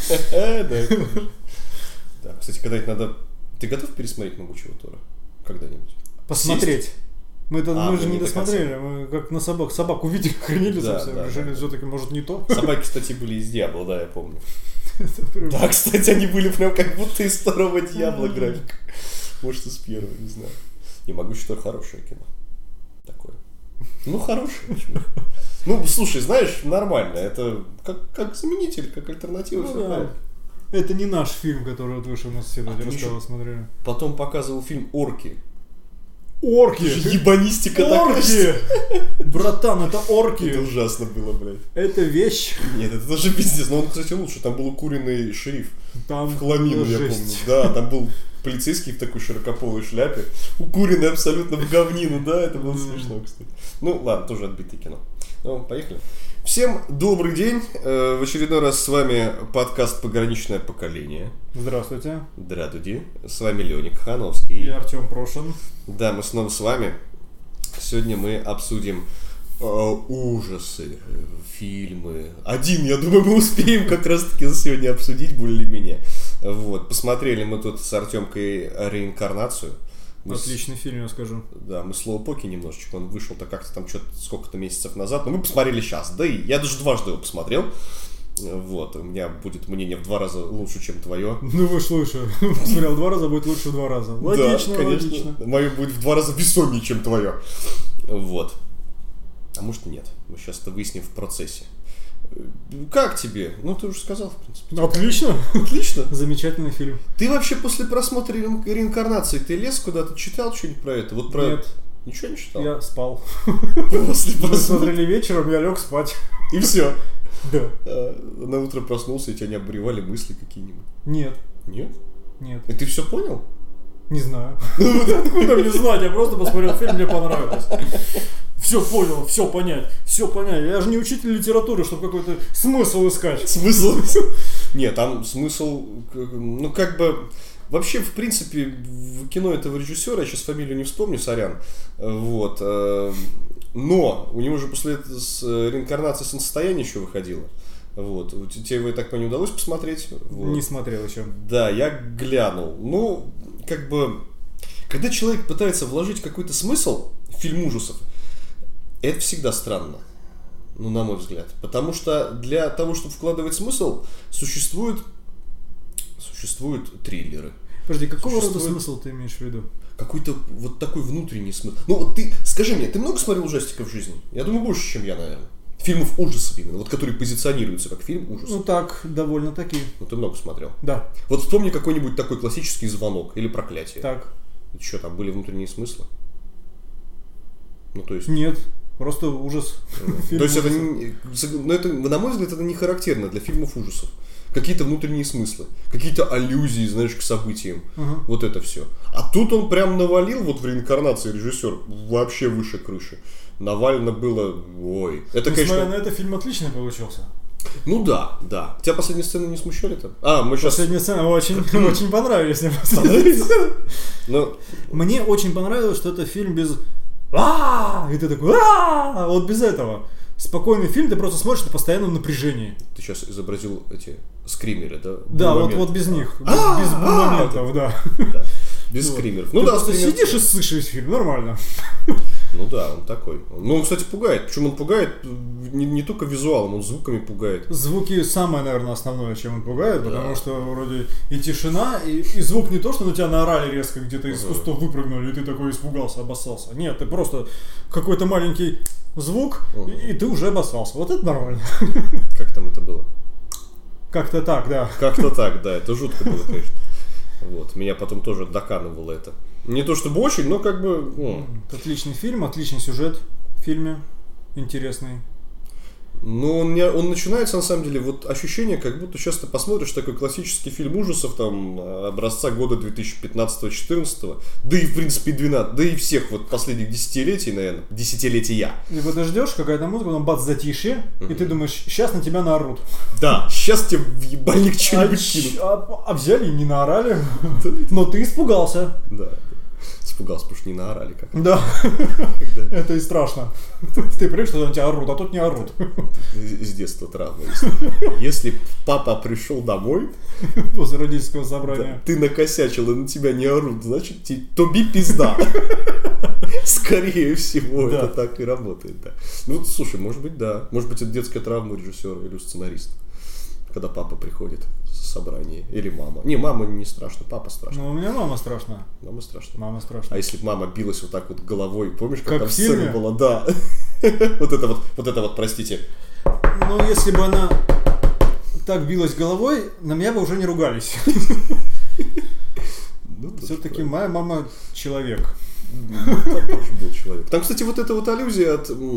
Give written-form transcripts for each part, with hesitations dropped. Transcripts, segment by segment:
Да, кстати, когда-нибудь надо... Ты готов пересмотреть «Могучего Тора»? Когда-нибудь? Посмотреть. Мы же не досмотрели, конца. мы как на собак увидели, хранили совсем, решили все-таки, может, не то. Собаки, кстати, были из «Дьявола», да, я помню. Да, кстати, они были прям как будто из второго «Дьявола» графика. Может, из первого, не знаю. Не могу, что хорошее кино. Такое. Ну, хорошее. Почему? Ну, слушай, знаешь, нормально. Это как заменитель, как альтернатива. Ну, да. Это не наш фильм, который вот вышел на соседа, я рассказывал, смотрели. Потом показывал фильм «Орки». Орки! Ебанистика такая. Орки! Братан, это орки! Это ужасно было, блядь. Это вещь. Нет, это тоже пиздец. Но он, кстати, лучше. Там был укуренный шериф. Там в хламину, я помню. Да, там был полицейский в такой широкополой шляпе. Укуренный абсолютно в говнину, да, это было смешно, кстати. Ну, ладно, тоже отбитое кино. Ну, поехали. Всем добрый день. В очередной раз с вами подкаст «Пограничное поколение». Здравствуйте. Здравствуйте. С вами Леня Кахановский. И Артем Прошин. Да, мы снова с вами. Сегодня мы обсудим ужасы, фильмы. Один, я думаю, мы успеем как раз-таки сегодня обсудить более-менее. Вот. Посмотрели мы тут с Артемкой «Реинкарнацию». Отличный фильм, я скажу. Да, мы слоупоки немножечко. Он вышел-то как-то там что-то сколько-то месяцев назад. Но мы посмотрели сейчас. Да и я даже дважды его посмотрел. Вот. У меня будет мнение в 2 раза лучше, чем твое. Ну, выш лучше. Посмотрел 2 раза, будет лучше в 2 раза. Логично, да, конечно. логично. Мое будет в 2 раза весомее, чем твое. Вот. А может и нет. Мы сейчас это выясним в процессе. Как тебе? Ну, ты уже сказал, в принципе. Отлично. Отлично. Замечательный фильм. Ты вообще после просмотра «Реинкарнации» ты лез куда-то, читал что-нибудь про это? Вот про... Нет. Ничего не читал? Я спал. После Мы смотрели вечером, я лег спать. И все. Да. На утро проснулся, и тебя не обуревали мысли какие-нибудь? Нет. Нет? Нет. И ты все понял? Не знаю. Откуда мне знать? Я просто посмотрел фильм, мне понравилось. Все понял, все понять. Я же не учитель литературы, чтобы какой-то смысл искать. Смысл? Нет, там смысл, ну как бы... Вообще, в принципе, в кино этого режиссера, я сейчас фамилию не вспомню, сорян, вот, но у него же после этого с «Реинкарнации солнцестояния» еще выходило. Вот. Тебе его, я так понимаю, удалось посмотреть? Вот. Не смотрел еще. Да, я глянул. Ну, как бы, когда человек пытается вложить какой-то смысл в фильм ужасов, это всегда странно. Ну, на мой взгляд. Потому что для того, чтобы вкладывать смысл, существуют триллеры. Подожди, какого рода смысл ты имеешь в виду? Какой-то вот такой внутренний смысл. Ну, вот ты, скажи мне, ты много смотрел ужастиков в жизни? Я думаю, больше, чем я, наверное. Фильмов ужасов именно, вот которые позиционируются как фильм ужасов. Ну так, довольно-таки. Ну ты много смотрел. Да. Вот вспомни какой-нибудь такой классический «Звонок» или «Проклятие». Так. И что, там были внутренние смыслы? Ну то есть... Нет, просто ужас. То есть это, на мой взгляд, это не характерно для фильмов ужасов. Какие-то внутренние смыслы, какие-то аллюзии, знаешь, к событиям. Вот это все. А тут он прям навалил, вот в «Реинкарнации» режиссер, вообще выше крыши. Навально было, ой. Это, несмотря конечно... на это, фильм отличный получился. Ну да, да. Тебя последние сцены не смущали там? Мы сейчас... Последние сцены очень понравились мне. Последние сцены. Но... Мне очень понравилось, что это фильм без... И ты такой... Вот без этого. Спокойный фильм, ты просто смотришь на постоянном напряжении. Ты сейчас изобразил эти скримеры, да? Да, вот без них. Без моментов, да. Без скримеров. Ну да, просто сидишь и слышишь весь фильм, нормально. Ну да, он такой. Ну, он, кстати, пугает. Причем он пугает не только визуалом, он звуками пугает. Звуки самое, наверное, основное, чем он пугает, да. Потому что вроде и тишина, и звук не то, что на тебя наорали резко, где-то из кустов выпрыгнули, и ты такой испугался, обоссался. Нет, ты просто какой-то маленький звук, и ты уже обоссался. Вот это нормально. Как там это было? Как-то так, да. Как-то так, да. Это жутко было, конечно. Вот. Меня потом тоже доканывало это. Не то чтобы очень, но как бы... Отличный фильм, отличный сюжет в фильме. Интересный. Ну, он начинается, на самом деле, вот ощущение, как будто сейчас ты посмотришь такой классический фильм ужасов, там, образца года 2015-2014, да и, в принципе, 12, да и всех вот последних десятилетий, наверное, десятилетия. И вот ты ждешь, какая-то музыка, потом бац, затишье, и ты думаешь, сейчас на тебя наорут. Да, сейчас тебе в ебальник что-нибудь кинут. А взяли и не наорали, но ты испугался. Да. испугался, потому что не наорали как. Да, это и страшно. Ты привык, что на тебя орут, а тут не орут. С детства травма. Если папа пришел домой после родительского собрания, ты накосячил, и на тебя не орут, значит, тоби пизда. Скорее всего, это так и работает, да. Ну, слушай, может быть, да. Может быть, это детская травма у режиссера или у сценариста. Когда папа приходит с собрания. Или мама. Не, мама не страшно, папа страшно. Ну, у меня мама страшна. Мама страшно. Мама страшна. А если бы мама билась вот так вот головой, помнишь, как там в фильме? сцена была? Да. Вот это вот, простите. Ну, если бы она так билась головой, на меня бы уже не ругались. Все-таки моя мама человек. Там тоже был человек. Там, кстати, вот эта вот аллюзия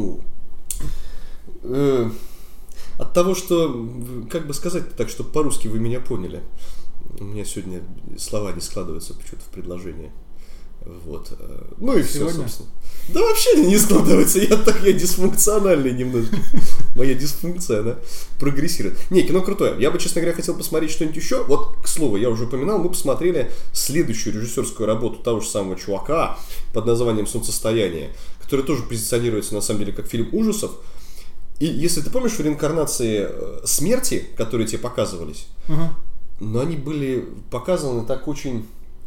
от того, что, как бы сказать так, чтобы по-русски вы меня поняли. У меня сегодня слова не складываются почему-то в предложение. Вот. Ну и все, собственно. Да вообще не складывается. Я дисфункциональный немножко. Моя дисфункция, она прогрессирует. Не, кино крутое. Я бы, честно говоря, хотел посмотреть что-нибудь еще. Вот, к слову, я уже упоминал, мы посмотрели следующую режиссерскую работу того же самого чувака под названием «Солнцестояние», который тоже позиционируется, на самом деле, как фильм ужасов. И если ты помнишь, в реинкарнации смерти, которые тебе показывались, но они были показаны так очень...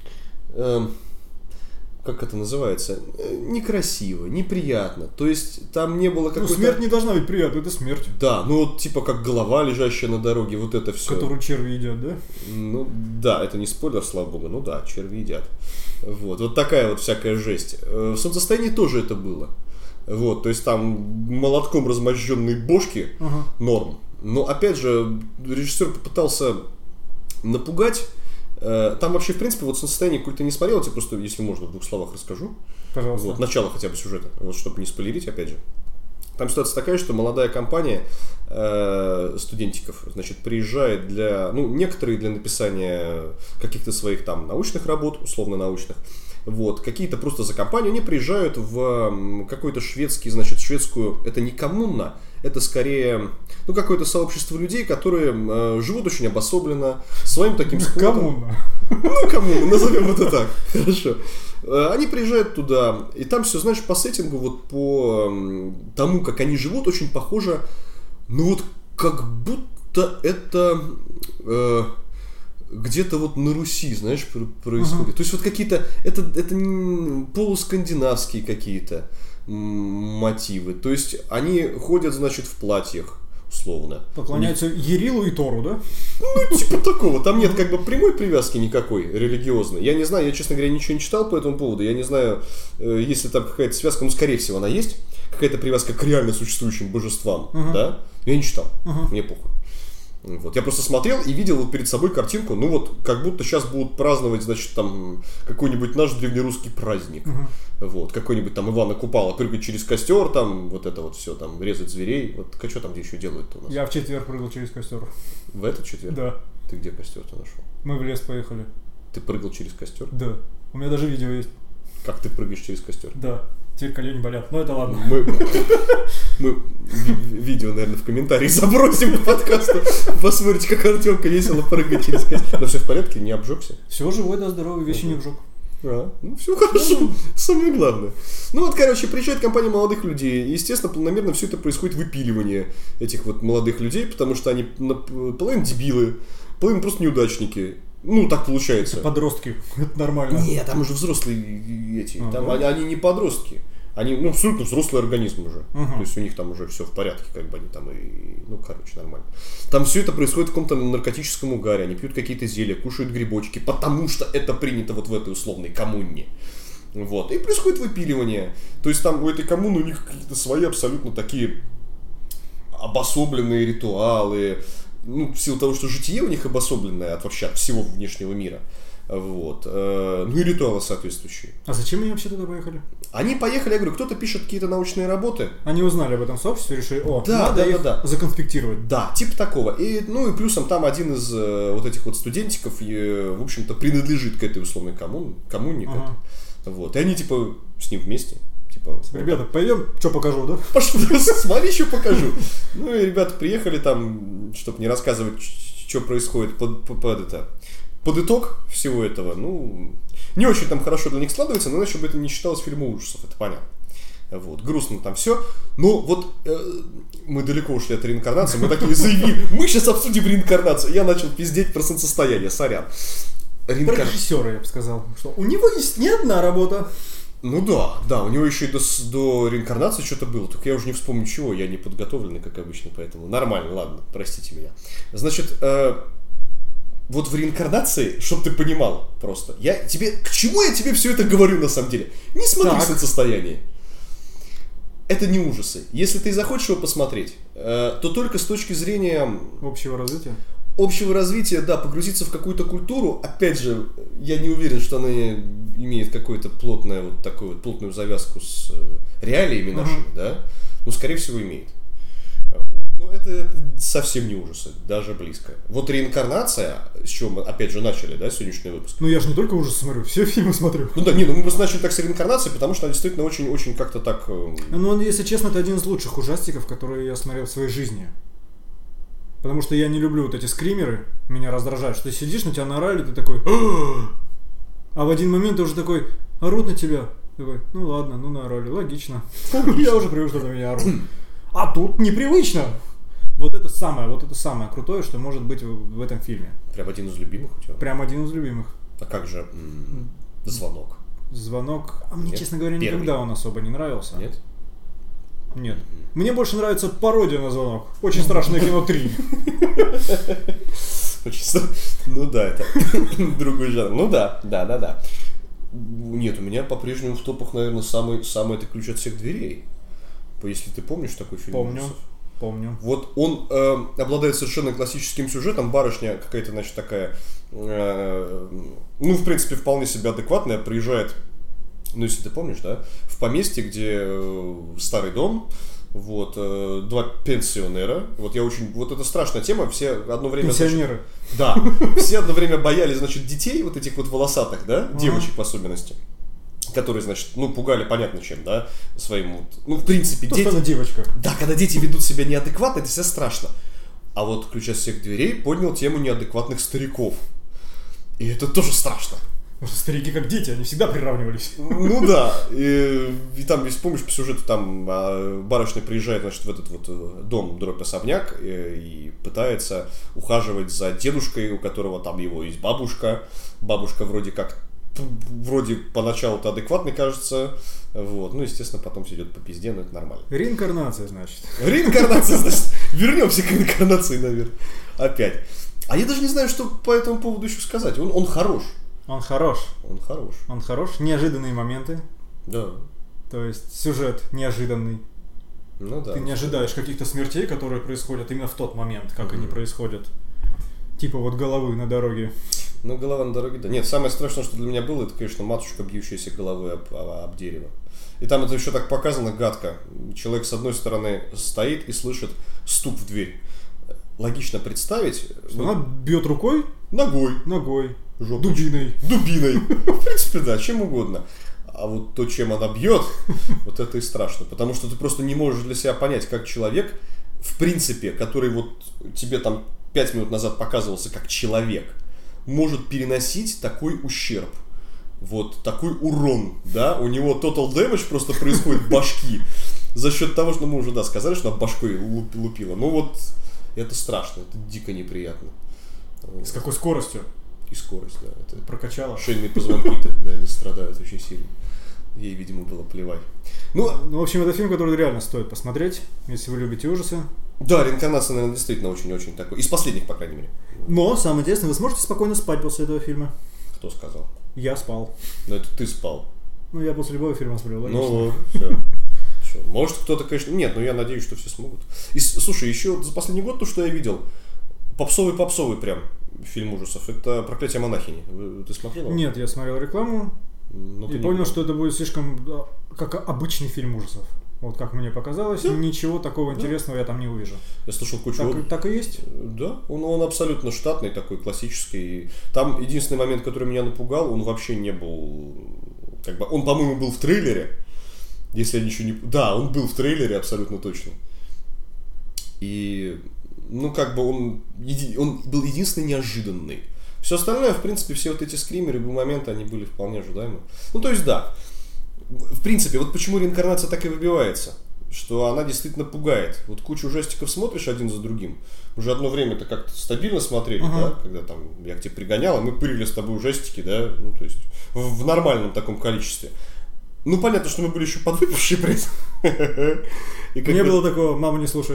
как это называется, некрасиво, неприятно. То есть там не было какой-то... Ну, смерть не должна быть приятной, это смерть. Да, ну вот типа как голова, лежащая на дороге, вот это все. Которую черви едят, да? Ну да, это не спойлер, слава богу, ну да, черви едят. Вот такая вот всякая жесть. В «Солнцестоянии» тоже это было. Вот, то есть там молотком размозженные бошки, норм. Но опять же, режиссер попытался напугать. Там вообще, в принципе, вот «Солнцестояние» какое-то не смотрел, я тебе просто, если можно, в 2 словах расскажу. Пожалуйста. Вот, начало хотя бы сюжета, вот, чтобы не спойлерить, опять же. Там ситуация такая, что молодая компания студентиков, значит, приезжает некоторые для написания каких-то своих там научных работ, условно научных, вот, какие-то просто за компанию, они приезжают в какой-то шведскую, это не коммуна, это скорее, какое-то сообщество людей, которые живут очень обособленно, своим таким скотом. Коммуна. Коммуна, назовем это так, хорошо. Они приезжают туда, и там все, знаешь, по сеттингу, вот по тому, как они живут, очень похоже, как будто это... где-то вот на Руси, знаешь, происходит. То есть вот какие-то, это полускандинавские какие-то мотивы. То есть они ходят, значит, в платьях, условно. Поклоняются Ярилу и Тору, да? Ну, типа такого. Там нет как бы прямой привязки никакой религиозной. Я не знаю, я, честно говоря, ничего не читал по этому поводу. Я не знаю, если там какая-то связка, скорее всего, она есть. Какая-то привязка к реально существующим божествам, да? Я не читал, мне похуй. Вот. Я просто смотрел и видел вот перед собой картинку, как будто сейчас будут праздновать, значит, там, какой-нибудь наш древнерусский праздник. Вот, какой-нибудь там Ивана Купала прыгать через костер, там, вот это вот все, там, резать зверей. Вот, что там где еще делают-то у нас? Я в четверг прыгал через костер. В этот четверг? Да. Ты где костер-то нашел? Мы в лес поехали. Ты прыгал через костер? Да. У меня даже видео есть. Как ты прыгаешь через костер? Да. Теперь колени болят, но это ладно. Мы видео, наверное, в комментарии забросим к подкасту. Посмотрите, как Артемка весело прыгает через костер. Но все в порядке, не обжегся? Все живой, да, здоровый, вещи не вжег. Все хорошо, самое главное. Приезжает компания молодых людей. И, естественно, планомерно все это происходит выпиливание этих вот молодых людей, потому что они половина дебилы, половина просто неудачники. Так получается. Это подростки, это нормально. Нет, там уже взрослые эти. Там они не подростки. Они, абсолютно взрослый организм уже. То есть у них там уже все в порядке, как бы они там нормально. Там все это происходит в каком-то наркотическом угаре. Они пьют какие-то зелья, кушают грибочки, потому что это принято вот в этой условной коммуне. Вот. И происходит выпиливание. То есть там у этой коммуны у них какие-то свои абсолютно такие обособленные ритуалы. В силу того, что житие у них обособленное от всего внешнего мира. Вот. И ритуалы соответствующие. А зачем они вообще туда поехали? Они поехали, я говорю, кто-то пишет какие-то научные работы. Они узнали об этом сообществе, решили, надо их законспектировать. Да, типа такого. И плюсом там один из вот этих вот студентиков, в общем-то, принадлежит к этой условной коммуне. Вот. И они типа с ним вместе. Ребята, пойдем, что покажу, да? Пошли, смотри, что покажу. И ребята приехали там, чтобы не рассказывать, что происходит под итог всего этого. Не очень там хорошо для них складывается, но иначе бы это не считалось фильмом ужасов, это понятно. Вот, грустно там все. Но вот мы далеко ушли от реинкарнации, мы такие заявили, мы сейчас обсудим реинкарнацию. Я начал пиздеть про солнцестояние, сорян. Про режиссера, я бы сказал, что у него есть не одна работа. Ну да, у него еще и до реинкарнации что-то было, только я уже не вспомню чего, я не подготовленный, как обычно, поэтому нормально, ладно, простите меня. Значит, вот в реинкарнации, чтоб ты понимал просто, к чему я тебе все это говорю на самом деле? Не смотри солнцестояние. Это не ужасы. Если ты захочешь его посмотреть, то только с точки зрения... Общего развития, да, погрузиться в какую-то культуру. Опять же, я не уверен, что она имеет какую-то плотную завязку с реалиями нашими, да. Но, скорее всего, имеет. Но это совсем не ужасы, даже близко. Вот реинкарнация, с чего мы, опять же, начали, да, сегодняшний выпуск. Ну, я же не только ужасы смотрю, все фильмы смотрю. Мы просто начали так с реинкарнации, потому что она действительно очень-очень как-то так... Ну, если честно, это один из лучших ужастиков, которые я смотрел в своей жизни. Потому что я не люблю вот эти скримеры, меня раздражают, что ты сидишь, на тебя наорали, ты такой... А в один момент ты уже такой, орут на тебя. Такой, ну ладно, ну наорали, логично. Я уже привык, что на меня орут. А тут непривычно. Вот это самое крутое, что может быть в этом фильме. Прям один из любимых у тебя? Прям один из любимых. А как же «Звонок»? «Звонок». А мне, честно говоря, никогда он особо не нравился. Нет? Нет. Мне больше нравится пародия на «Звонок». Очень страшное кино 3. Ну да, это другой жанр. Ну да. Нет, у меня по-прежнему в топах, наверное, самый это «Ключ от всех дверей». Если ты помнишь такой фильм? Помню. Вот он обладает совершенно классическим сюжетом. Барышня какая-то, значит, такая, в принципе, вполне себе адекватная, приезжает, если ты помнишь, да, в поместье, где старый дом, вот, два пенсионера. Вот это страшная тема, все одно время... Пенсионеры. Значит, да, все одно время боялись, значит, детей, вот этих вот волосатых, да, девочек в особенности. Которые, значит, пугали, понятно чем, да, своим в принципе, дети... Она девочка. Да, когда дети ведут себя неадекватно, это все страшно. А вот «Ключ от всех дверей» поднял тему неадекватных стариков. И это тоже страшно. Потому что старики как дети, они всегда приравнивались. Ну да, и там, если помнишь по сюжету, там барышня приезжает, значит, в этот вот дом, особняк, и пытается ухаживать за дедушкой, у которого там его есть бабушка. Бабушка вроде поначалу-то адекватный, кажется, вот, естественно, потом все идет по пизде, но это нормально. Реинкарнация, значит. Вернемся к реинкарнации, наверное, опять. А я даже не знаю, что по этому поводу еще сказать. Он хорош. Он хорош. Неожиданные моменты. Да. То есть сюжет неожиданный. Ну да. Ты не ожидаешь каких-то смертей, которые происходят именно в тот момент, как они происходят. Типа вот головы на дороге. Голова на дороге, да. Нет, самое страшное, что для меня было, это, конечно, матушка, бьющаяся головой об дерево. И там это еще так показано гадко. Человек с одной стороны стоит и слышит стук в дверь. Логично представить... Что она бьет рукой? Ногой. Жопой. Дубиной. В принципе, да, чем угодно. А вот то, чем она бьет, вот это и страшно. Потому что ты просто не можешь для себя понять, как человек, в принципе, который вот тебе там 5 минут назад показывался как человек, может переносить такой ущерб, вот такой урон, да, у него total damage просто происходит башки за счет того, что мы уже, да, сказали, что она башкой лупила, это страшно, это дико неприятно. С какой скоростью? И скорость, да, это прокачала. Шейные позвонки-то, наверное, страдают очень сильно. Ей, видимо, было плевать. В общем, это фильм, который реально стоит посмотреть, если вы любите ужасы. Да, реинкарнация, наверное, действительно очень-очень такой. Из последних, по крайней мере. Но, самое интересное, вы сможете спокойно спать после этого фильма. Кто сказал? Я спал. Но это ты спал. Я после любого фильма сплю, логично. Все. Может, кто-то, конечно... Нет, я надеюсь, что все смогут. И, слушай, еще за последний год то, что я видел, попсовый прям фильм ужасов, это «Проклятие монахини». Ты смотрел его? Нет, я смотрел рекламу и понял, что это будет слишком как обычный фильм ужасов. Вот как мне показалось, ничего такого интересного я там не увижу. Я слышал кучу... Так и есть? Да, он абсолютно штатный, такой классический. Там единственный момент, который меня напугал, он вообще не был... Он, по-моему, был в трейлере. Если я ничего не... Да, он был в трейлере абсолютно точно. И... он был единственный неожиданный. Все остальное, в принципе, все вот эти скримеры, моменты, они были вполне ожидаемы. Ну, то есть, да. В принципе, вот почему реинкарнация так и выбивается. Что она действительно пугает. Вот кучу ужастиков смотришь один за другим. Уже одно время-то как-то стабильно смотрели, да, когда там я к тебе пригонял, а мы пырили с тобой ужастики, да, ну, то есть в нормальном таком количестве. Ну, понятно, что мы были еще подвыпившие при этом. Не было такого, мама, не слушай.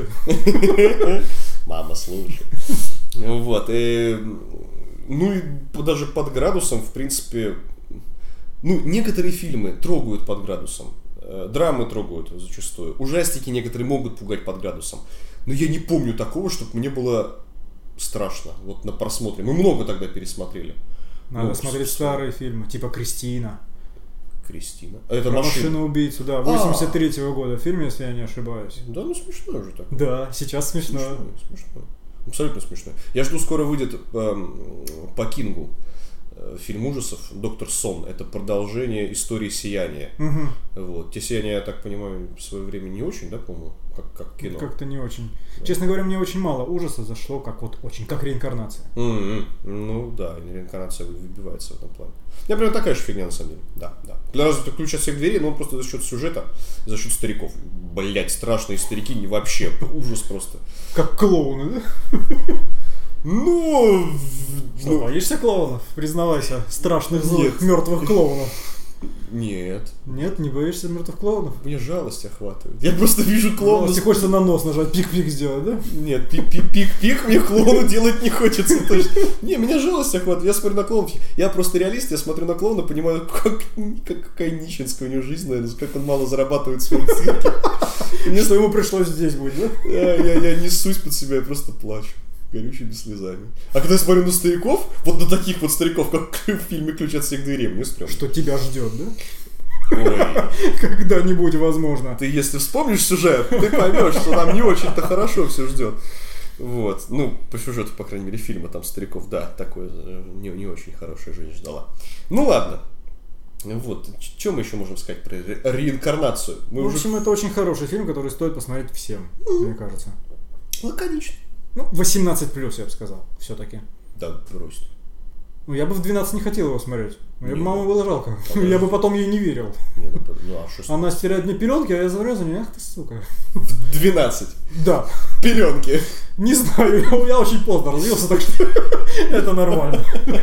Мама, слушай. Вот. Ну, и даже под градусом, в принципе, ну, некоторые фильмы трогают под градусом. Драмы трогают зачастую. Ужастики некоторые могут пугать под градусом. Но я не помню такого, чтобы мне было страшно вот на просмотре. Мы много тогда пересмотрели. Надо смотреть старые фильмы, типа «Кристина». Кристина. Это «Машина-убийцу», да, 83-го года фильм, если я не ошибаюсь. Да, ну смешно уже так. Да, сейчас смешно. Смешно. Абсолютно смешно. Я жду, скоро выйдет по Кингу фильм ужасов «Доктор Сон». Это продолжение истории «Сияния». Вот. Те «Сияния», я так понимаю, в свое время не очень, да, по-моему, как кино? Как-то не очень. Да. Честно говоря, мне очень мало ужаса зашло, как вот очень, как реинкарнация. Ну да, реинкарнация выбивается в этом плане. Я прям такая же фигня, на самом деле. Да. Для развитых ключ от всех дверей, но он просто за счет сюжета, за счет стариков. Блять, страшные старики, не вообще, ужас просто. Как клоуны, да? Ну... Боишься клоунов? Признавайся. Страшных, злых, мертвых клоунов. Нет. Нет, не боишься мертвых клоунов? Мне жалость охватывает. Я просто вижу клоуна. Тебе хочется на нос нажать, пик-пик сделать, да? Нет, пик-пик мне клоуну делать не хочется. Не, меня жалость охватывает. Я смотрю на клоунов. Я просто реалист, я смотрю на клоуна, понимаю, какая нищенская у него жизнь, наверное, как он мало зарабатывает в своем цирке. Что ему пришлось здесь быть, да? Я несусь под себя, я просто плачу. Горючими слезами. А когда я смотрю на стариков, вот на таких вот стариков, как в фильме «Ключ от всех дверей», мне стрёмно. Что тебя ждет, да? Ой. Когда-нибудь, возможно. Ты если вспомнишь сюжет, ты поймешь, что нам не очень-то хорошо все ждет. Вот. Ну, по сюжету, по крайней мере, фильма там стариков, да, такое не очень хорошая жизнь ждала. Ну ладно. Вот. Что мы еще можем сказать про реинкарнацию? В общем, это очень хороший фильм, который стоит посмотреть всем, мне кажется. Лаконично. Ну, 18+, я бы сказал, все-таки. Да, брось. Ну, я бы в 12 не хотел его смотреть. Маму было жалко. Я бы потом ей не верил. Она стирает мне пеленки, а я смотрю за ней, ах ты сука. В 12? Да. Пеленки? Не знаю, я очень поздно развился, так что это нормально.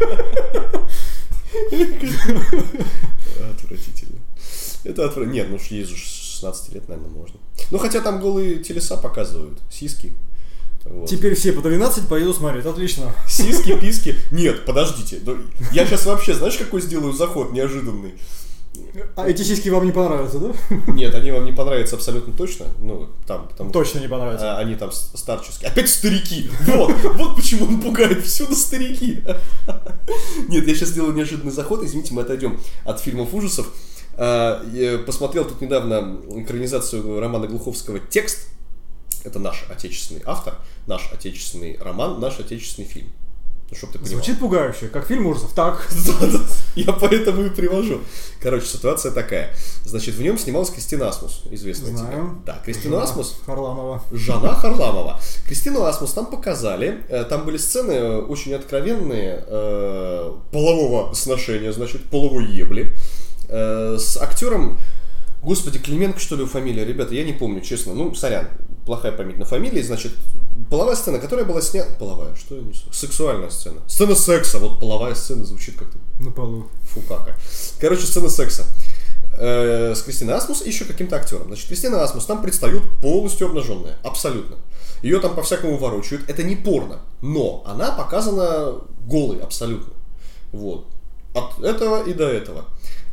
Отвратительно. Это отвратительно. Нет, ну ей же 16 лет, наверное, можно. Ну, хотя там голые телеса показывают, сиськи. Вот. Теперь все по 12 поеду смотреть, отлично. Сиськи, писки. Нет, подождите. Я сейчас вообще, знаешь, какой сделаю заход неожиданный? А эти сиськи вам не понравятся, да? Нет, они вам не понравятся абсолютно точно. Ну, там, потому точно не понравятся. Они там старческие. Опять старики. Вот почему он пугает. Всюду старики. Нет, я сейчас сделаю неожиданный заход. Извините, мы отойдем от фильмов ужасов. Я посмотрел тут недавно экранизацию романа Глуховского «Текст». Это наш отечественный автор, наш отечественный роман, наш отечественный фильм. Ну, чтоб ты понимал. Звучит пугающе, как фильм ужасов. Так. Я поэтому и привожу. Короче, ситуация такая. Значит, в нем снималась Кристина Асмус, известная тебе. Да, Кристина Асмус. Харламова. Жена Харламова. Кристину Асмус там показали. Там были сцены очень откровенные полового сношения, значит, половой ебли. С актером, господи, Клименко, что ли, фамилия, ребята, я не помню, честно. Ну, сорян. Плохая память на фамилии, значит, половая сцена, которая была снята... Половая, что я несу? Сексуальная сцена. Сцена секса, вот половая сцена звучит как-то... На полу. Фу, кака. Короче, сцена секса. С Кристиной Асмус и еще каким-то актером. Значит, Кристина Асмус там предстает полностью обнаженная, абсолютно. Ее там по-всякому ворочают. Это не порно, но она показана голой абсолютно. Вот. От этого и до этого.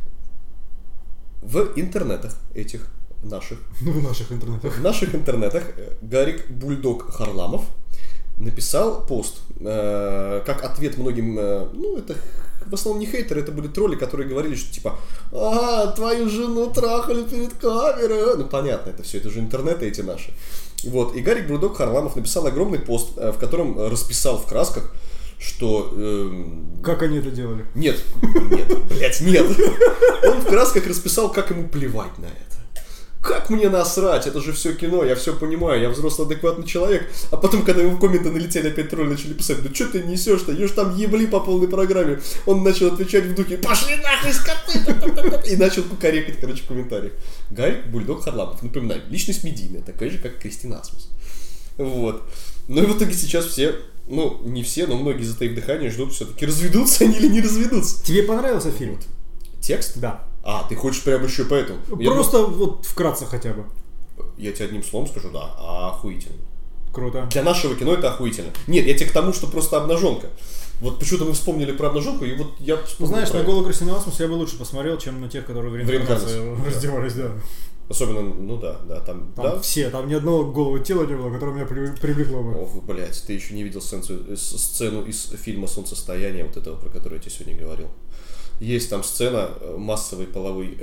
В интернетах этих наших. В наших интернетах. В наших интернетах Гарик Бульдог Харламов написал пост, как ответ многим, ну, это в основном не хейтеры, это были тролли, которые говорили, что типа, твою жену трахали перед камерой. Ну, понятно, это все, это же интернеты эти наши. Вот, и Гарик Бульдог Харламов написал огромный пост, в котором расписал в красках, что... Как они это делали? Нет. Он в красках расписал, как ему плевать на это. как мне насрать, это же все кино, я все понимаю, я взрослый адекватный человек. А потом, когда ему в комменты налетели, опять тролли начали писать, да что ты несешь-то, ешь там ебли по полной программе. Он начал отвечать в духе, пошли нахуй, скоты, и начал кукарекать, короче, в комментариях. Гарик Бульдог Харламов, напоминаю, личность медийная, такая же, как Кристина Асмус. Вот. Ну и в итоге сейчас все, ну, не все, но многие, затаив дыхание, ждут все-таки, разведутся они или не разведутся. Тебе понравился фильм? Текст? Да. А, ты хочешь прямо еще поэтому? Просто вот вкратце хотя бы. Я тебе одним словом скажу, да, охуительно. Круто. Для нашего кино это охуительно. Нет, я тебе к тому, что просто обнаженка. Вот почему-то мы вспомнили про обнаженку, и вот я вспомнил. Знаешь, про на это. голую Кристину Асмус я бы лучше посмотрел, чем на тех, которые в реинкарнации раздевались, да. Особенно, ну да, там да? Все, там ни одного голого тела не было, которое меня привлекло бы. Ох, блядь, ты еще не видел сцену из фильма «Солнцестояние», вот этого, про который я тебе сегодня говорил. Есть там сцена массовой половой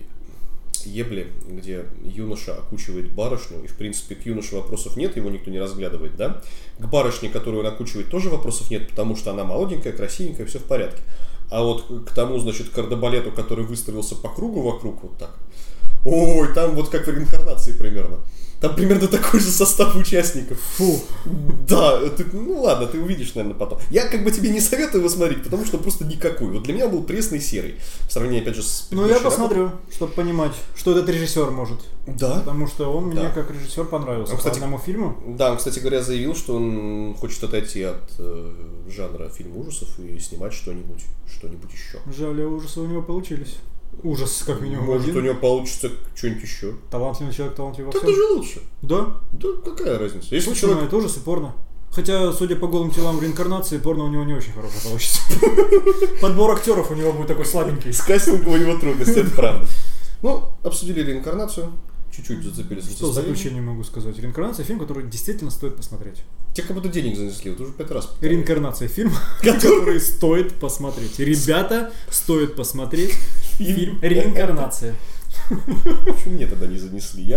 ебли, где юноша окучивает барышню, и в принципе к юноше вопросов нет, его никто не разглядывает, да? К барышне, которую он окучивает, тоже вопросов нет, потому что она молоденькая, красивенькая, все в порядке. А вот к тому, значит, кардебалету, который выставился по кругу вокруг, вот так, ой, там вот как в реинкарнации примерно. Там примерно такой же состав участников. Фу. Да, ну ладно, ты увидишь, наверное, потом. Я как бы тебе не советую его смотреть, потому что просто никакой. Вот для меня был пресный серый. В сравнении, опять же, с... Ну, я посмотрю, чтобы понимать, что этот режиссер может. Да. Потому что он мне как режиссер понравился. Он, кстати, по одному фильму. Да, он, кстати говоря, заявил, что он хочет отойти от жанра фильм ужасов и снимать что-нибудь еще. Жаль, ужасы у него получились. Ужас, как минимум. Может, у него получится что-нибудь еще. Талантливый человек, талантливый во Так всем. даже лучше. Да? Да, какая разница? Если Пусть человек... снимает ужасы, порно. Хотя, судя по голым телам в реинкарнации, порно у него не очень хорошее получится. Подбор актеров у него будет такой слабенький. С кастингом у него трудности, это правда. Ну, обсудили реинкарнацию. Чуть-чуть зацепились. Что в заключение могу сказать? Реинкарнация — фильм, который действительно стоит посмотреть. Тебе как будто денег занесли, вот уже 5 раз повторяю. Реинкарнация — фильм, который стоит посмотреть. Ребята, стоит посмотреть фильм «Реинкарнация». Почему мне тогда не занесли?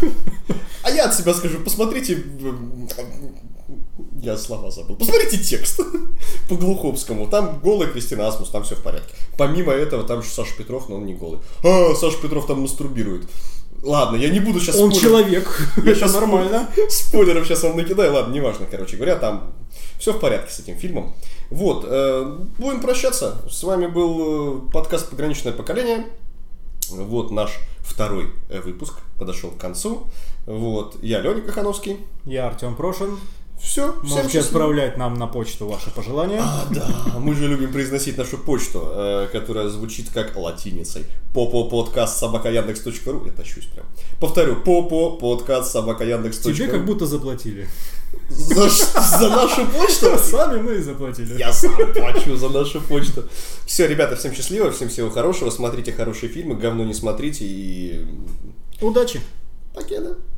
А я от себя скажу, посмотрите... Я слова забыл. Посмотрите текст по Глуховскому. Там голая Кристина Асмус, там все в порядке. Помимо этого, там еще Саша Петров, но он не голый. А, Саша Петров там мастурбирует. Ладно, я не буду сейчас Он человек, это нормально. Спойлеров сейчас вам накидаю, ладно, неважно, короче говоря, там все в порядке с этим фильмом. Вот, будем прощаться. С вами был подкаст «Пограничное поколение». Вот наш второй выпуск подошел к концу. Вот, я Леня Кахановский. Я Артем Прошин. Все, можете отправлять нам на почту ваши пожелания. Да, мы же любим произносить нашу почту, которая звучит как латиницей. popopodcast@yandex.ru. Я тащусь прям. Повторю, popopodcast@yandex.ru. Тебе как будто заплатили. За нашу почту? Сами мы и заплатили. Я сам плачу за нашу почту. Все, ребята, всем счастливо, всем всего хорошего. Смотрите хорошие фильмы, говно не смотрите и... Удачи. Покеда.